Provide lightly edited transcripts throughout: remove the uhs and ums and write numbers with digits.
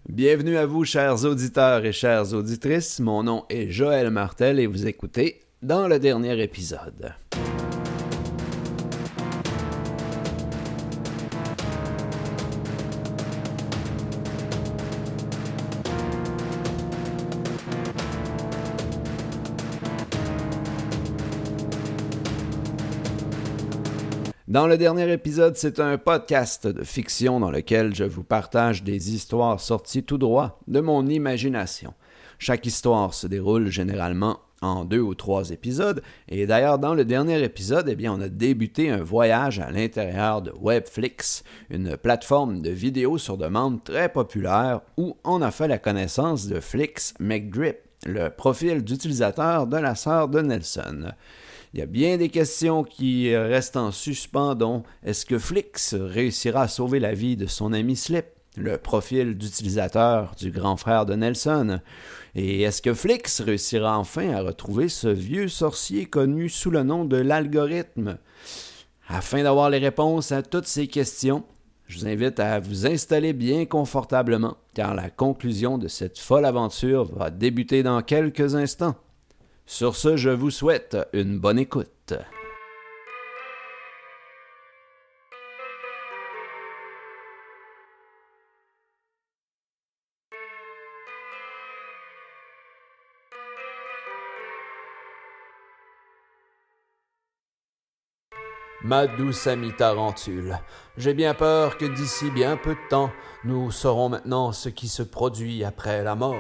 Bienvenue à vous, chers auditeurs et chères auditrices. Mon nom est Joël Martel et vous écoutez Dans le dernier épisode. Dans le dernier épisode, c'est un podcast de fiction dans lequel je vous partage des histoires sorties tout droit de mon imagination. Chaque histoire se déroule généralement en 2 ou 3 épisodes, et d'ailleurs dans le dernier épisode, on a débuté un voyage à l'intérieur de Webflix, une plateforme de vidéos sur demande très populaire où on a fait la connaissance de Flix McDrip, le profil d'utilisateur de la sœur de Nelson. Il y a bien des questions qui restent en suspens, dont est-ce que Flix réussira à sauver la vie de son ami Slip, le profil d'utilisateur du grand frère de Nelson? Et est-ce que Flix réussira enfin à retrouver ce vieux sorcier connu sous le nom de l'algorithme? Afin d'avoir les réponses à toutes ces questions, je vous invite à vous installer bien confortablement, car la conclusion de cette folle aventure va débuter dans quelques instants. Sur ce, je vous souhaite une bonne écoute. Ma douce amie Tarentule, j'ai bien peur que d'ici bien peu de temps, nous saurons maintenant ce qui se produit après la mort.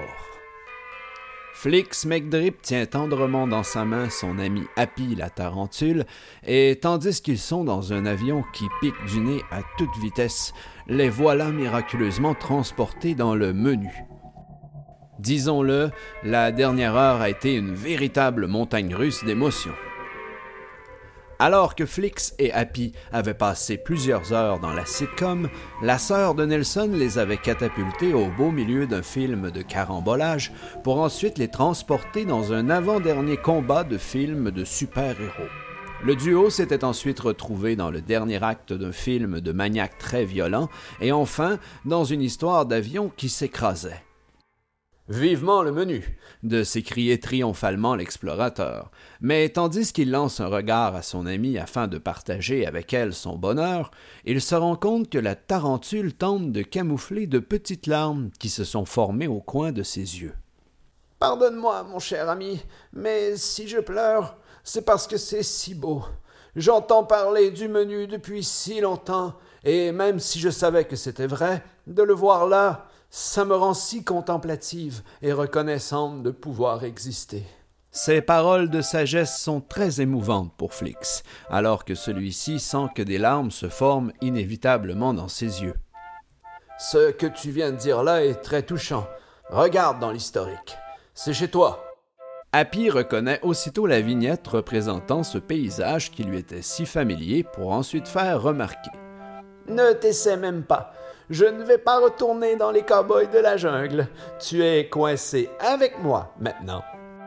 Flix McDrip tient tendrement dans sa main son ami Happy la Tarentule, et tandis qu'ils sont dans un avion qui pique du nez à toute vitesse, les voilà miraculeusement transportés dans le menu. Disons-le, la dernière heure a été une véritable montagne russe d'émotions. Alors que Flix et Happy avaient passé plusieurs heures dans la sitcom, la sœur de Nelson les avait catapultés au beau milieu d'un film de carambolage pour ensuite les transporter dans un avant-dernier combat de film de super-héros. Le duo s'était ensuite retrouvé dans le dernier acte d'un film de maniaque très violent et enfin dans une histoire d'avion qui s'écrasait. « Vivement le menu !» de s'écrier triomphalement l'explorateur. Mais tandis qu'il lance un regard à son amie afin de partager avec elle son bonheur, il se rend compte que la tarentule tente de camoufler de petites larmes qui se sont formées au coin de ses yeux. « Pardonne-moi, mon cher ami, mais si je pleure, c'est parce que c'est si beau. J'entends parler du menu depuis si longtemps, et même si je savais que c'était vrai, de le voir là, ça me rend si contemplative et reconnaissante de pouvoir exister. » Ces paroles de sagesse sont très émouvantes pour Flix, alors que celui-ci sent que des larmes se forment inévitablement dans ses yeux. « Ce que tu viens de dire là est très touchant. Regarde dans l'historique. C'est chez toi. » Happy reconnaît aussitôt la vignette représentant ce paysage qui lui était si familier pour ensuite faire remarquer. « Ne t'essaie même pas. Je ne vais pas retourner dans les cow-boys de la jungle. Tu es coincé avec moi maintenant. »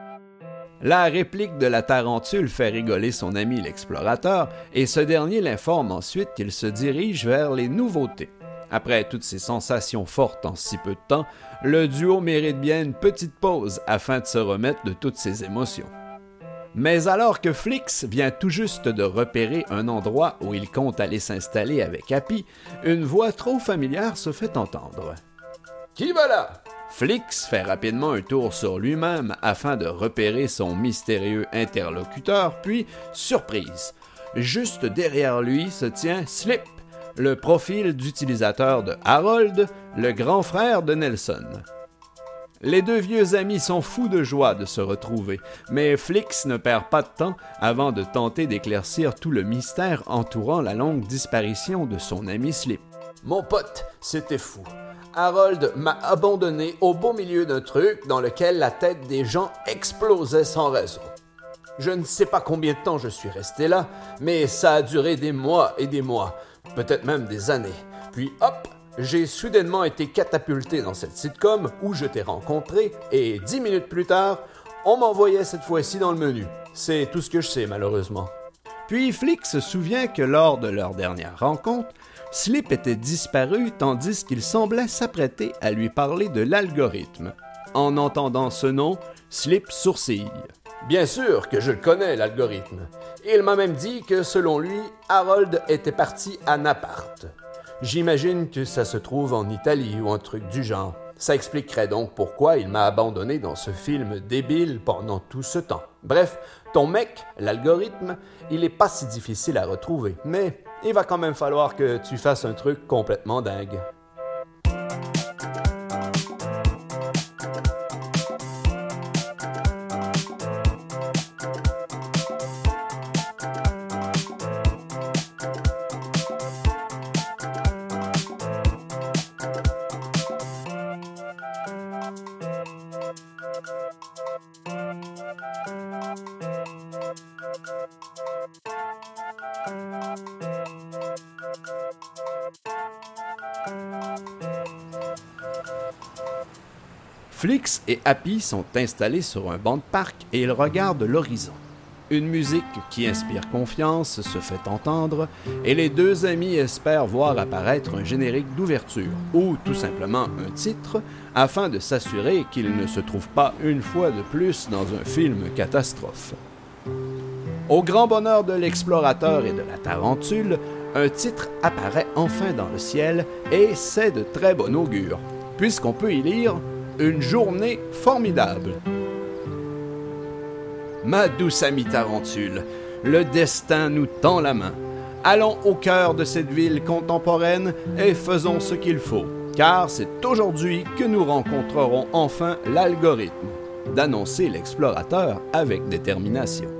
La réplique de la tarentule fait rigoler son ami l'explorateur et ce dernier l'informe ensuite qu'il se dirige vers les nouveautés. Après toutes ces sensations fortes en si peu de temps, le duo mérite bien une petite pause afin de se remettre de toutes ses émotions. Mais alors que Flix vient tout juste de repérer un endroit où il compte aller s'installer avec Happy, une voix trop familière se fait entendre. « Qui va là? » Flix fait rapidement un tour sur lui-même afin de repérer son mystérieux interlocuteur, puis, surprise, juste derrière lui se tient Slip, le profil d'utilisateur de Harold, le grand frère de Nelson. Les deux vieux amis sont fous de joie de se retrouver, mais Flix ne perd pas de temps avant de tenter d'éclaircir tout le mystère entourant la longue disparition de son ami Slip. « Mon pote, c'était fou. Harold m'a abandonné au beau milieu d'un truc dans lequel la tête des gens explosait sans raison. Je ne sais pas combien de temps je suis resté là, mais ça a duré des mois et des mois, peut-être même des années. Puis hop, j'ai soudainement été catapulté dans cette sitcom où je t'ai rencontré et 10 minutes plus tard, on m'envoyait cette fois-ci dans le menu. C'est tout ce que je sais malheureusement. » Puis Flix se souvient que lors de leur dernière rencontre, Slip était disparu tandis qu'il semblait s'apprêter à lui parler de l'algorithme. En entendant ce nom, Slip sourcille. « Bien sûr que je le connais, l'algorithme. Il m'a même dit que, selon lui, Harold était parti à Naparte. J'imagine que ça se trouve en Italie ou un truc du genre. Ça expliquerait donc pourquoi il m'a abandonné dans ce film débile pendant tout ce temps. Bref, ton mec, l'algorithme, il est pas si difficile à retrouver, mais il va quand même falloir que tu fasses un truc complètement dingue. » Flix et Happy sont installés sur un banc de parc et ils regardent l'horizon. Une musique qui inspire confiance se fait entendre et les deux amis espèrent voir apparaître un générique d'ouverture ou tout simplement un titre afin de s'assurer qu'ils ne se trouvent pas une fois de plus dans un film catastrophe. Au grand bonheur de l'explorateur et de la tarentule, un titre apparaît enfin dans le ciel et c'est de très bon augure, puisqu'on peut y lire « Une journée formidable ». Ma douce amie tarentule, le destin nous tend la main. Allons au cœur de cette ville contemporaine et faisons ce qu'il faut, car c'est aujourd'hui que nous rencontrerons enfin l'algorithme, d'annoncer l'explorateur avec détermination.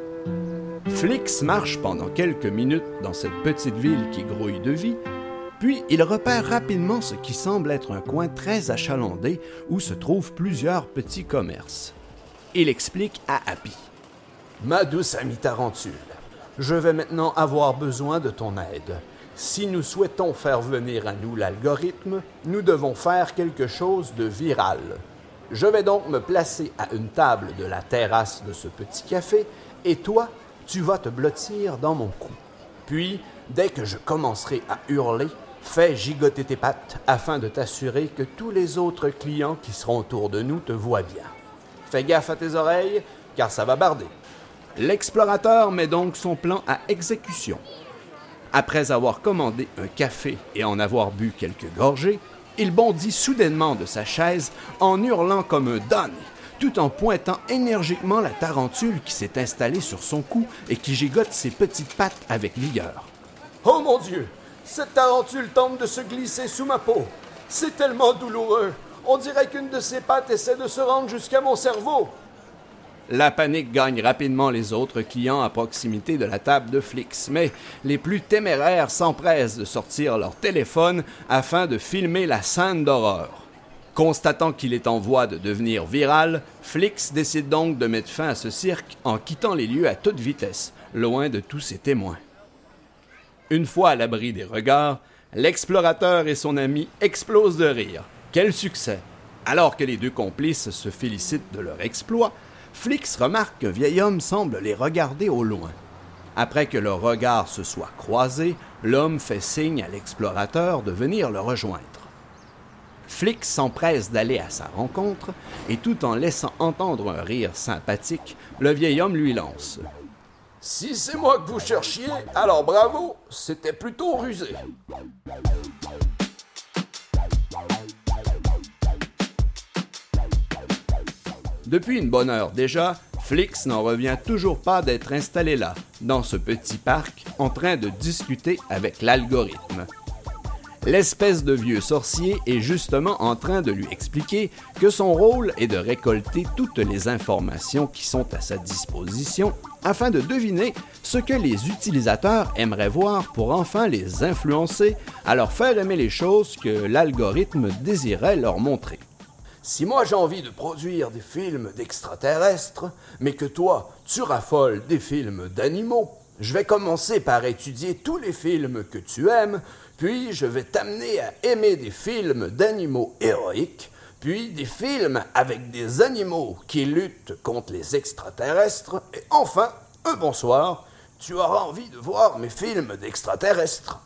Flix marche pendant quelques minutes dans cette petite ville qui grouille de vie, puis il repère rapidement ce qui semble être un coin très achalandé où se trouvent plusieurs petits commerces. Il explique à Happy. « Ma douce amie tarentule, je vais maintenant avoir besoin de ton aide. Si nous souhaitons faire venir à nous l'algorithme, nous devons faire quelque chose de viral. Je vais donc me placer à une table de la terrasse de ce petit café et toi, tu vas te blottir dans mon cou. Puis, dès que je commencerai à hurler, fais gigoter tes pattes afin de t'assurer que tous les autres clients qui seront autour de nous te voient bien. Fais gaffe à tes oreilles, car ça va barder. » L'explorateur met donc son plan à exécution. Après avoir commandé un café et en avoir bu quelques gorgées, il bondit soudainement de sa chaise en hurlant comme un damné, tout en pointant énergiquement la tarentule qui s'est installée sur son cou et qui gigote ses petites pattes avec vigueur. « Oh mon Dieu! Cette tarentule tente de se glisser sous ma peau! C'est tellement douloureux! On dirait qu'une de ses pattes essaie de se rendre jusqu'à mon cerveau! » La panique gagne rapidement les autres clients à proximité de la table de Flix, mais les plus téméraires s'empressent de sortir leur téléphone afin de filmer la scène d'horreur. Constatant qu'il est en voie de devenir viral, Flix décide donc de mettre fin à ce cirque en quittant les lieux à toute vitesse, loin de tous ses témoins. Une fois à l'abri des regards, l'explorateur et son ami explosent de rire. Quel succès! Alors que les deux complices se félicitent de leur exploit, Flix remarque qu'un vieil homme semble les regarder au loin. Après que leurs regards se soient croisés, l'homme fait signe à l'explorateur de venir le rejoindre. Flix s'empresse d'aller à sa rencontre et tout en laissant entendre un rire sympathique, le vieil homme lui lance « Si c'est moi que vous cherchiez, alors bravo, c'était plutôt rusé. » Depuis une bonne heure déjà, Flix n'en revient toujours pas d'être installé là, dans ce petit parc, en train de discuter avec l'algorithme. L'espèce de vieux sorcier est justement en train de lui expliquer que son rôle est de récolter toutes les informations qui sont à sa disposition afin de deviner ce que les utilisateurs aimeraient voir pour enfin les influencer à leur faire aimer les choses que l'algorithme désirait leur montrer. Si moi j'ai envie de produire des films d'extraterrestres, mais que toi, tu raffoles des films d'animaux, je vais commencer par étudier tous les films que tu aimes, puis je vais t'amener à aimer des films d'animaux héroïques, puis des films avec des animaux qui luttent contre les extraterrestres, et enfin, un bonsoir, tu auras envie de voir mes films d'extraterrestres.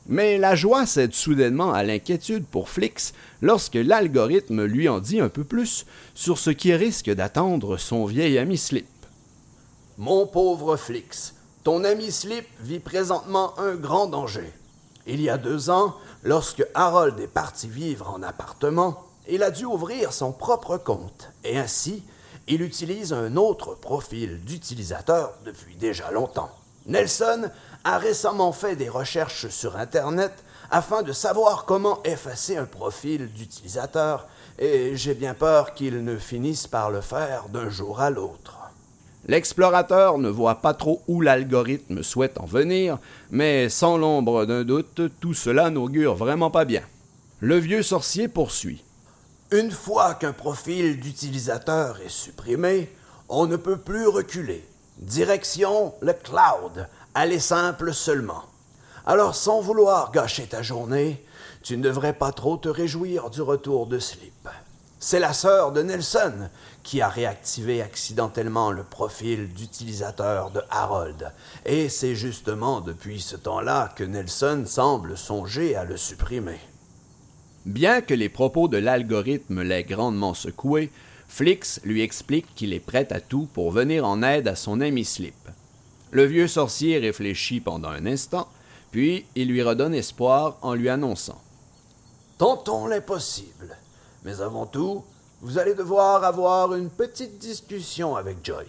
Mais la joie cède soudainement à l'inquiétude pour Flix lorsque l'algorithme lui en dit un peu plus sur ce qui risque d'attendre son vieil ami Slip. « Mon pauvre Flix, ton ami Slip vit présentement un grand danger. Il y a 2 ans, lorsque Harold est parti vivre en appartement, il a dû ouvrir son propre compte et ainsi, il utilise un autre profil d'utilisateur depuis déjà longtemps. Nelson a récemment fait des recherches sur Internet afin de savoir comment effacer un profil d'utilisateur et j'ai bien peur qu'il ne finisse par le faire d'un jour à l'autre. » L'explorateur ne voit pas trop où l'algorithme souhaite en venir, mais sans l'ombre d'un doute, tout cela n'augure vraiment pas bien. Le vieux sorcier poursuit. Une fois qu'un profil d'utilisateur est supprimé, on ne peut plus reculer. Direction le cloud, aller simple seulement. Alors sans vouloir gâcher ta journée, tu ne devrais pas trop te réjouir du retour de Slip. C'est la sœur de Nelson qui a réactivé accidentellement le profil d'utilisateur de Harold, et c'est justement depuis ce temps-là que Nelson semble songer à le supprimer. Bien que les propos de l'algorithme l'aient grandement secoué, Flix lui explique qu'il est prêt à tout pour venir en aide à son ami Slip. Le vieux sorcier réfléchit pendant un instant, puis il lui redonne espoir en lui annonçant « Tentons l'impossible. Mais avant tout, vous allez devoir avoir une petite discussion avec Joyce. »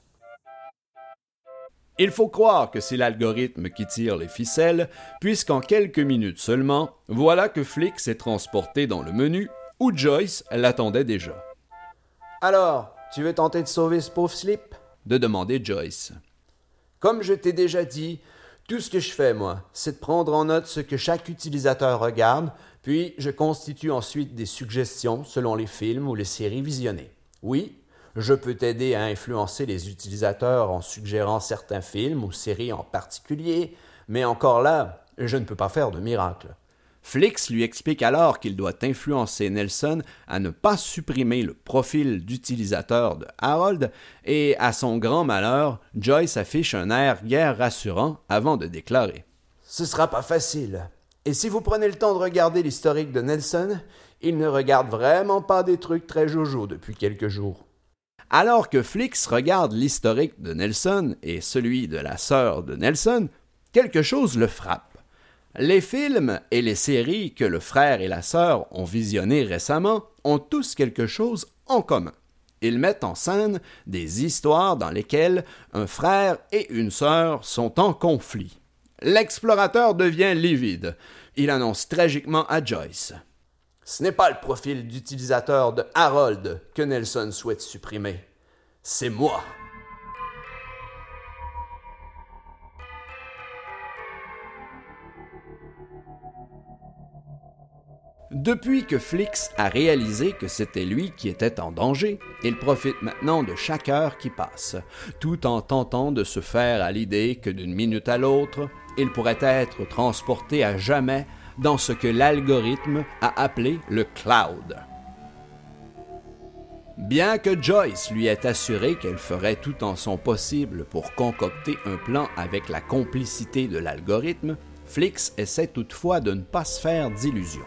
Il faut croire que c'est l'algorithme qui tire les ficelles, puisqu'en quelques minutes seulement, voilà que Flix est transporté dans le menu où Joyce l'attendait déjà. « Alors, tu veux tenter de sauver ce pauvre Slip ?» de demander Joyce. « Comme je t'ai déjà dit, tout ce que je fais, moi, c'est de prendre en note ce que chaque utilisateur regarde, puis je constitue ensuite des suggestions selon les films ou les séries visionnées. Oui, je peux t'aider à influencer les utilisateurs en suggérant certains films ou séries en particulier, mais encore là, je ne peux pas faire de miracle. » Flix lui explique alors qu'il doit influencer Nelson à ne pas supprimer le profil d'utilisateur de Harold et, à son grand malheur, Joyce affiche un air guère rassurant avant de déclarer « Ce sera pas facile. Et si vous prenez le temps de regarder l'historique de Nelson, il ne regarde vraiment pas des trucs très jojo depuis quelques jours. » Alors que Flix regarde l'historique de Nelson et celui de la sœur de Nelson, quelque chose le frappe. Les films et les séries que le frère et la sœur ont visionnés récemment ont tous quelque chose en commun. Ils mettent en scène des histoires dans lesquelles un frère et une sœur sont en conflit. L'explorateur devient livide. Il annonce tragiquement à Joyce. « Ce n'est pas le profil d'utilisateur de Harold que Nelson souhaite supprimer. C'est moi. » Depuis que Flix a réalisé que c'était lui qui était en danger, il profite maintenant de chaque heure qui passe, tout en tentant de se faire à l'idée que d'une minute à l'autre, il pourrait être transporté à jamais dans ce que l'algorithme a appelé le cloud. Bien que Joyce lui ait assuré qu'elle ferait tout en son possible pour concocter un plan avec la complicité de l'algorithme, Flix essaie toutefois de ne pas se faire d'illusions.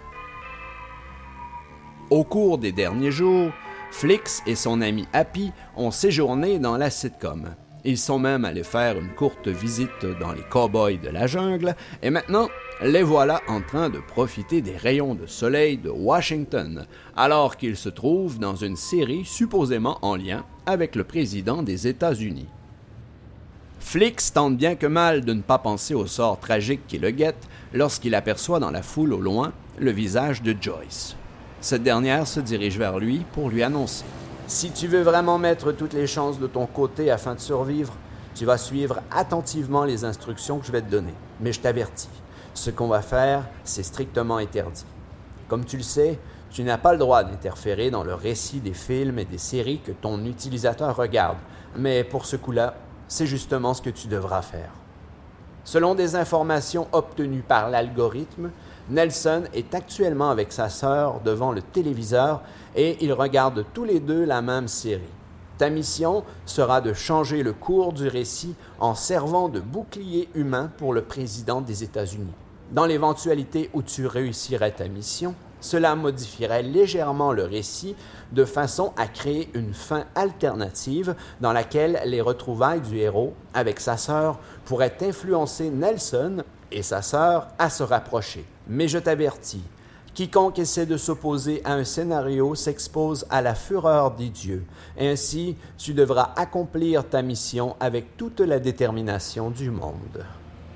Au cours des derniers jours, Flix et son ami Happy ont séjourné dans la sitcom. Ils sont même allés faire une courte visite dans les cow-boys de la jungle et maintenant, les voilà en train de profiter des rayons de soleil de Washington, alors qu'ils se trouvent dans une série supposément en lien avec le président des États-Unis. Flix tente bien que mal de ne pas penser au sort tragique qui le guette lorsqu'il aperçoit dans la foule au loin le visage de Joyce. Cette dernière se dirige vers lui pour lui annoncer « Si tu veux vraiment mettre toutes les chances de ton côté afin de survivre, tu vas suivre attentivement les instructions que je vais te donner. Mais je t'avertis, ce qu'on va faire, c'est strictement interdit. Comme tu le sais, tu n'as pas le droit d'interférer dans le récit des films et des séries que ton utilisateur regarde. Mais pour ce coup-là, c'est justement ce que tu devras faire. » Selon des informations obtenues par l'algorithme, Nelson est actuellement avec sa sœur devant le téléviseur et ils regardent tous les deux la même série. Ta mission sera de changer le cours du récit en servant de bouclier humain pour le président des États-Unis. Dans l'éventualité où tu réussirais ta mission, cela modifierait légèrement le récit de façon à créer une fin alternative dans laquelle les retrouvailles du héros avec sa sœur pourraient influencer Nelson et sa sœur à se rapprocher. Mais je t'avertis, quiconque essaie de s'opposer à un scénario s'expose à la fureur des dieux. Ainsi, tu devras accomplir ta mission avec toute la détermination du monde.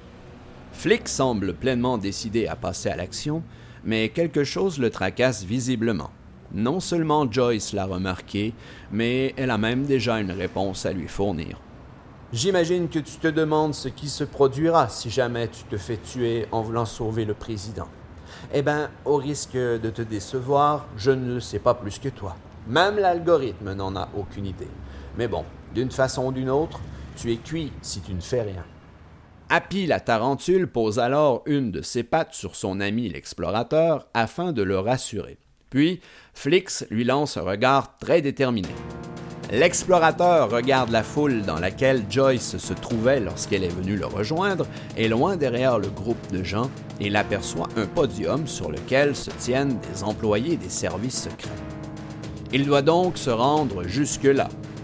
Flick semble pleinement décidé à passer à l'action, mais quelque chose le tracasse visiblement. Non seulement Joyce l'a remarqué, mais elle a même déjà une réponse à lui fournir. J'imagine que tu te demandes ce qui se produira si jamais tu te fais tuer en voulant sauver le président. Eh bien, au risque de te décevoir, je ne le sais pas plus que toi. Même l'algorithme n'en a aucune idée. Mais bon, d'une façon ou d'une autre, tu es cuit si tu ne fais rien. Happy la tarentule pose alors une de ses pattes sur son ami l'explorateur afin de le rassurer. Puis, Flix lui lance un regard très déterminé. L'explorateur regarde la foule dans laquelle Joyce se trouvait lorsqu'elle est venue le rejoindre et loin derrière le groupe de gens, il aperçoit un podium sur lequel se tiennent des employés des services secrets. Il doit donc se rendre jusque-là.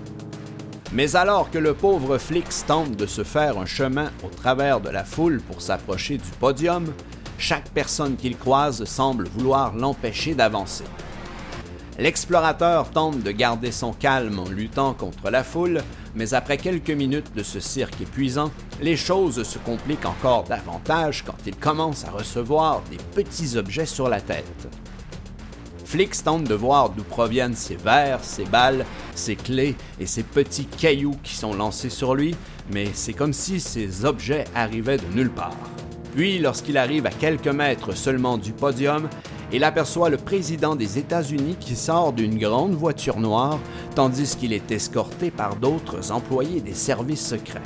Mais alors que le pauvre Flix tente de se faire un chemin au travers de la foule pour s'approcher du podium, chaque personne qu'il croise semble vouloir l'empêcher d'avancer. L'explorateur tente de garder son calme en luttant contre la foule, mais après quelques minutes de ce cirque épuisant, les choses se compliquent encore davantage quand il commence à recevoir des petits objets sur la tête. Flix tente de voir d'où proviennent ces verres, ces balles, ces clés et ces petits cailloux qui sont lancés sur lui, mais c'est comme si ces objets arrivaient de nulle part. Puis, lorsqu'il arrive à quelques mètres seulement du podium, il aperçoit le président des États-Unis qui sort d'une grande voiture noire, tandis qu'il est escorté par d'autres employés des services secrets.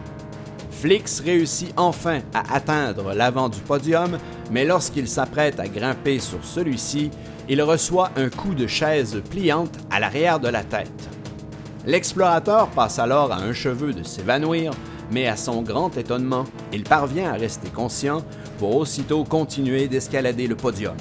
Flix réussit enfin à atteindre l'avant du podium, mais lorsqu'il s'apprête à grimper sur celui-ci, il reçoit un coup de chaise pliante à l'arrière de la tête. L'explorateur passe alors à un cheveu de s'évanouir, mais à son grand étonnement, il parvient à rester conscient pour aussitôt continuer d'escalader le podium.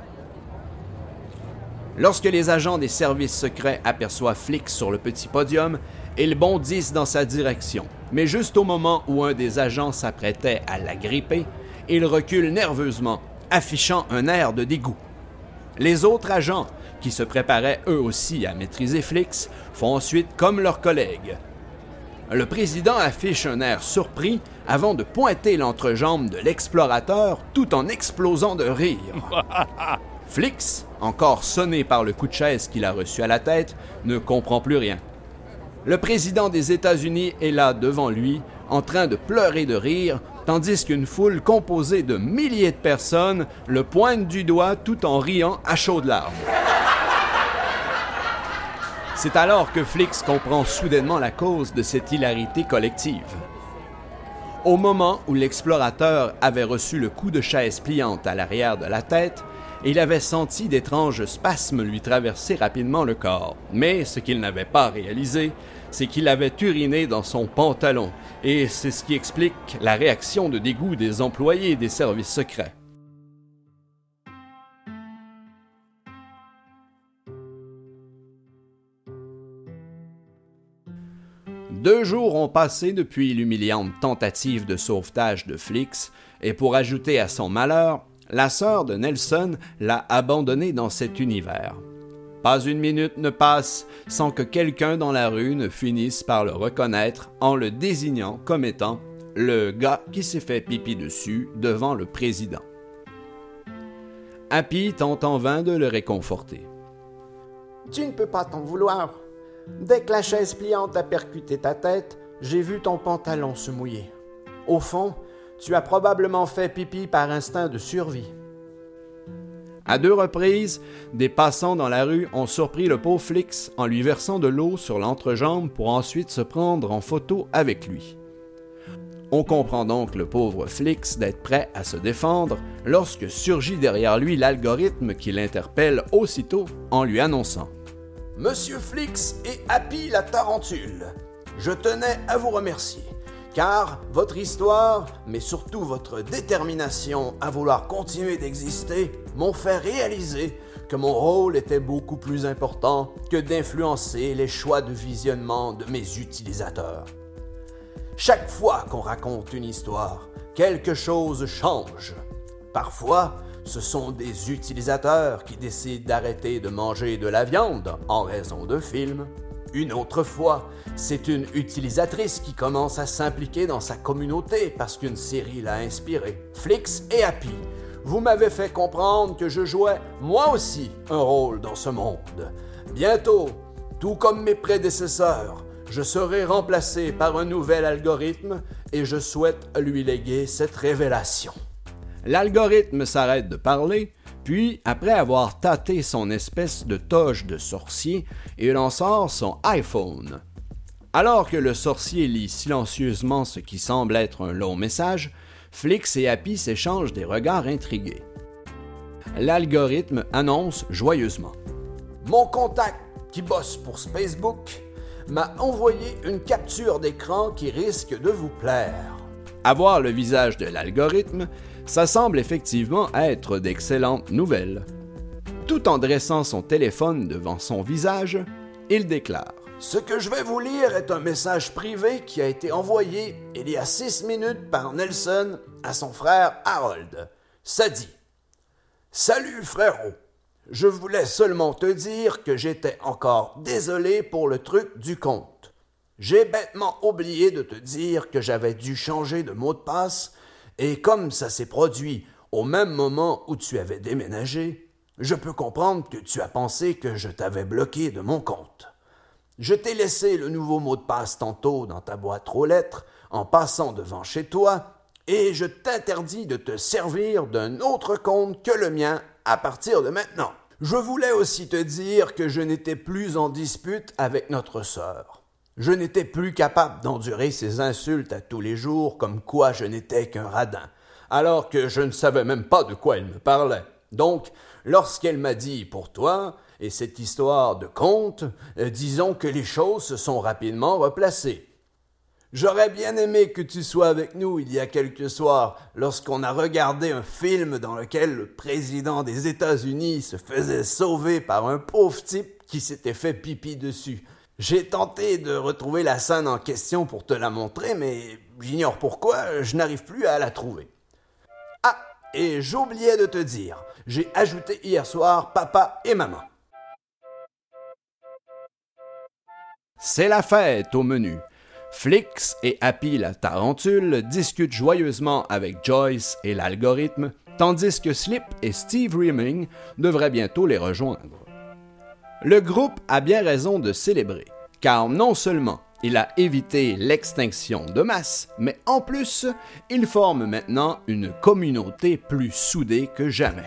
Lorsque les agents des services secrets aperçoivent Flix sur le petit podium, ils bondissent dans sa direction. Mais juste au moment où un des agents s'apprêtait à l'agripper, il recule nerveusement, affichant un air de dégoût. Les autres agents, qui se préparaient eux aussi à maîtriser Flix, font ensuite comme leurs collègues. Le président affiche un air surpris avant de pointer l'entrejambe de l'explorateur tout en explosant de rire. Flix, encore sonné par le coup de chaise qu'il a reçu à la tête, ne comprend plus rien. Le président des États-Unis est là devant lui, en train de pleurer de rire, tandis qu'une foule composée de milliers de personnes le pointe du doigt tout en riant à chaudes larmes. C'est alors que Flix comprend soudainement la cause de cette hilarité collective. Au moment où l'explorateur avait reçu le coup de chaise pliante à l'arrière de la tête, il avait senti d'étranges spasmes lui traverser rapidement le corps. Mais ce qu'il n'avait pas réalisé, c'est qu'il avait uriné dans son pantalon, et c'est ce qui explique la réaction de dégoût des employés des services secrets. Deux jours ont passé depuis l'humiliante tentative de sauvetage de Flix, et pour ajouter à son malheur, la sœur de Nelson l'a abandonné dans cet univers. Pas une minute ne passe sans que quelqu'un dans la rue ne finisse par le reconnaître en le désignant comme étant le gars qui s'est fait pipi dessus devant le président. Happy tente en vain de le réconforter. « Tu ne peux pas t'en vouloir. Dès que la chaise pliante a percuté ta tête, j'ai vu ton pantalon se mouiller. Au fond, tu as probablement fait pipi par instinct de survie. » À deux reprises, des passants dans la rue ont surpris le pauvre Flix en lui versant de l'eau sur l'entrejambe pour ensuite se prendre en photo avec lui. On comprend donc le pauvre Flix d'être prêt à se défendre lorsque surgit derrière lui l'algorithme qui l'interpelle aussitôt en lui annonçant « Monsieur Flix et Happy la tarentule, je tenais à vous remercier, car votre histoire, mais surtout votre détermination à vouloir continuer d'exister, m'ont fait réaliser que mon rôle était beaucoup plus important que d'influencer les choix de visionnement de mes utilisateurs. Chaque fois qu'on raconte une histoire, quelque chose change. Parfois, ce sont des utilisateurs qui décident d'arrêter de manger de la viande en raison de films. Une autre fois, c'est une utilisatrice qui commence à s'impliquer dans sa communauté parce qu'une série l'a inspirée. Flix et Happy, vous m'avez fait comprendre que je jouais, moi aussi, un rôle dans ce monde. Bientôt, tout comme mes prédécesseurs, je serai remplacé par un nouvel algorithme et je souhaite lui léguer cette révélation. L'algorithme s'arrête de parler, puis, après avoir tâté son espèce de toge de sorcier, il en sort son iPhone. Alors que le sorcier lit silencieusement ce qui semble être un long message, Flix et Happy s'échangent des regards intrigués. L'algorithme annonce joyeusement. Mon contact, qui bosse pour Facebook, m'a envoyé une capture d'écran qui risque de vous plaire. À voir le visage de l'algorithme, ça semble effectivement être d'excellentes nouvelles. Tout en dressant son téléphone devant son visage, il déclare « Ce que je vais vous lire est un message privé qui a été envoyé il y a 6 minutes par Nelson à son frère Harold. Ça dit « Salut frérot, je voulais seulement te dire que j'étais encore désolé pour le truc du compte. J'ai bêtement oublié de te dire que j'avais dû changer de mot de passe et comme ça s'est produit au même moment où tu avais déménagé, je peux comprendre que tu as pensé que je t'avais bloqué de mon compte. Je t'ai laissé le nouveau mot de passe tantôt dans ta boîte aux lettres en passant devant chez toi et je t'interdis de te servir d'un autre compte que le mien à partir de maintenant. Je voulais aussi te dire que je n'étais plus en dispute avec notre sœur. Je n'étais plus capable d'endurer ses insultes à tous les jours comme quoi je n'étais qu'un radin, alors que je ne savais même pas de quoi elle me parlait. Donc, lorsqu'elle m'a dit « pour toi » et cette histoire de conte, disons que les choses se sont rapidement replacées. J'aurais bien aimé que tu sois avec nous il y a quelques soirs lorsqu'on a regardé un film dans lequel le président des États-Unis se faisait sauver par un pauvre type qui s'était fait pipi dessus. J'ai tenté de retrouver la scène en question pour te la montrer, mais j'ignore pourquoi, je n'arrive plus à la trouver. Ah, et j'oubliais de te dire, j'ai ajouté hier soir papa et maman. C'est la fête au menu. Flix et Happy la tarentule discutent joyeusement avec Joyce et l'algorithme, tandis que Slip et Steve Rieming devraient bientôt les rejoindre. Le groupe a bien raison de célébrer, car non seulement il a évité l'extinction de masse, mais en plus, il forme maintenant une communauté plus soudée que jamais.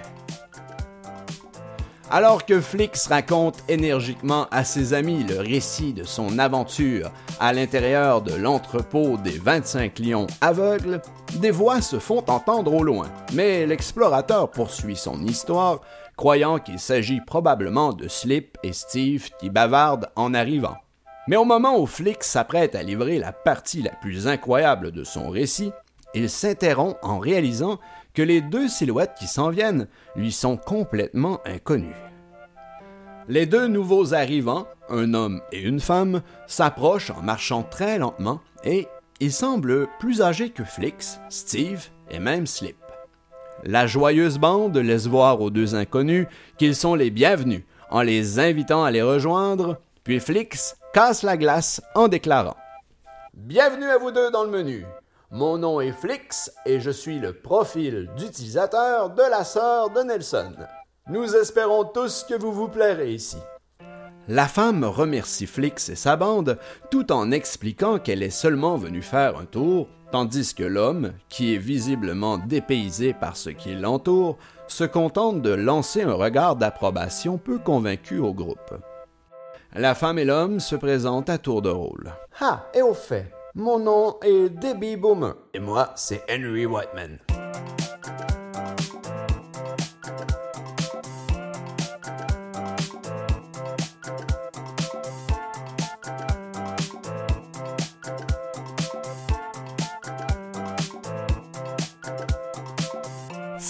Alors que Flix raconte énergiquement à ses amis le récit de son aventure à l'intérieur de l'entrepôt des 25 lions aveugles, des voix se font entendre au loin, mais l'explorateur poursuit son histoire, croyant qu'il s'agit probablement de Slip et Steve qui bavardent en arrivant. Mais au moment où Flix s'apprête à livrer la partie la plus incroyable de son récit, il s'interrompt en réalisant que les deux silhouettes qui s'en viennent lui sont complètement inconnues. Les deux nouveaux arrivants, un homme et une femme, s'approchent en marchant très lentement et ils semblent plus âgés que Flix, Steve et même Slip. La joyeuse bande laisse voir aux deux inconnus qu'ils sont les bienvenus en les invitant à les rejoindre, puis Flix casse la glace en déclarant « Bienvenue à vous deux dans le menu. Mon nom est Flix et je suis le profil d'utilisateur de la sœur de Nelson. Nous espérons tous que vous vous plairez ici. » La femme remercie Flix et sa bande tout en expliquant qu'elle est seulement venue faire un tour, tandis que l'homme, qui est visiblement dépaysé par ce qui l'entoure, se contente de lancer un regard d'approbation peu convaincu au groupe. La femme et l'homme se présentent à tour de rôle. « Ah, et au fait, mon nom est Debbie Bowman. Et moi, c'est Henry Whiteman. »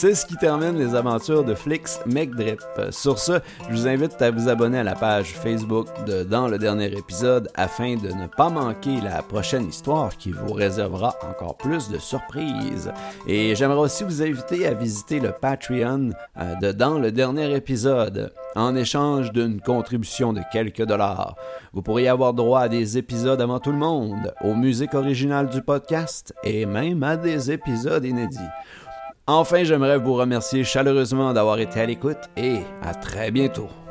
C'est ce qui termine les aventures de Flix McDrip. Sur ce, je vous invite à vous abonner à la page Facebook de Dans le dernier épisode afin de ne pas manquer la prochaine histoire qui vous réservera encore plus de surprises. Et j'aimerais aussi vous inviter à visiter le Patreon de Dans le dernier épisode. En échange d'une contribution de quelques dollars, vous pourriez avoir droit à des épisodes avant tout le monde, aux musiques originales du podcast et même à des épisodes inédits. Enfin, j'aimerais vous remercier chaleureusement d'avoir été à l'écoute et à très bientôt.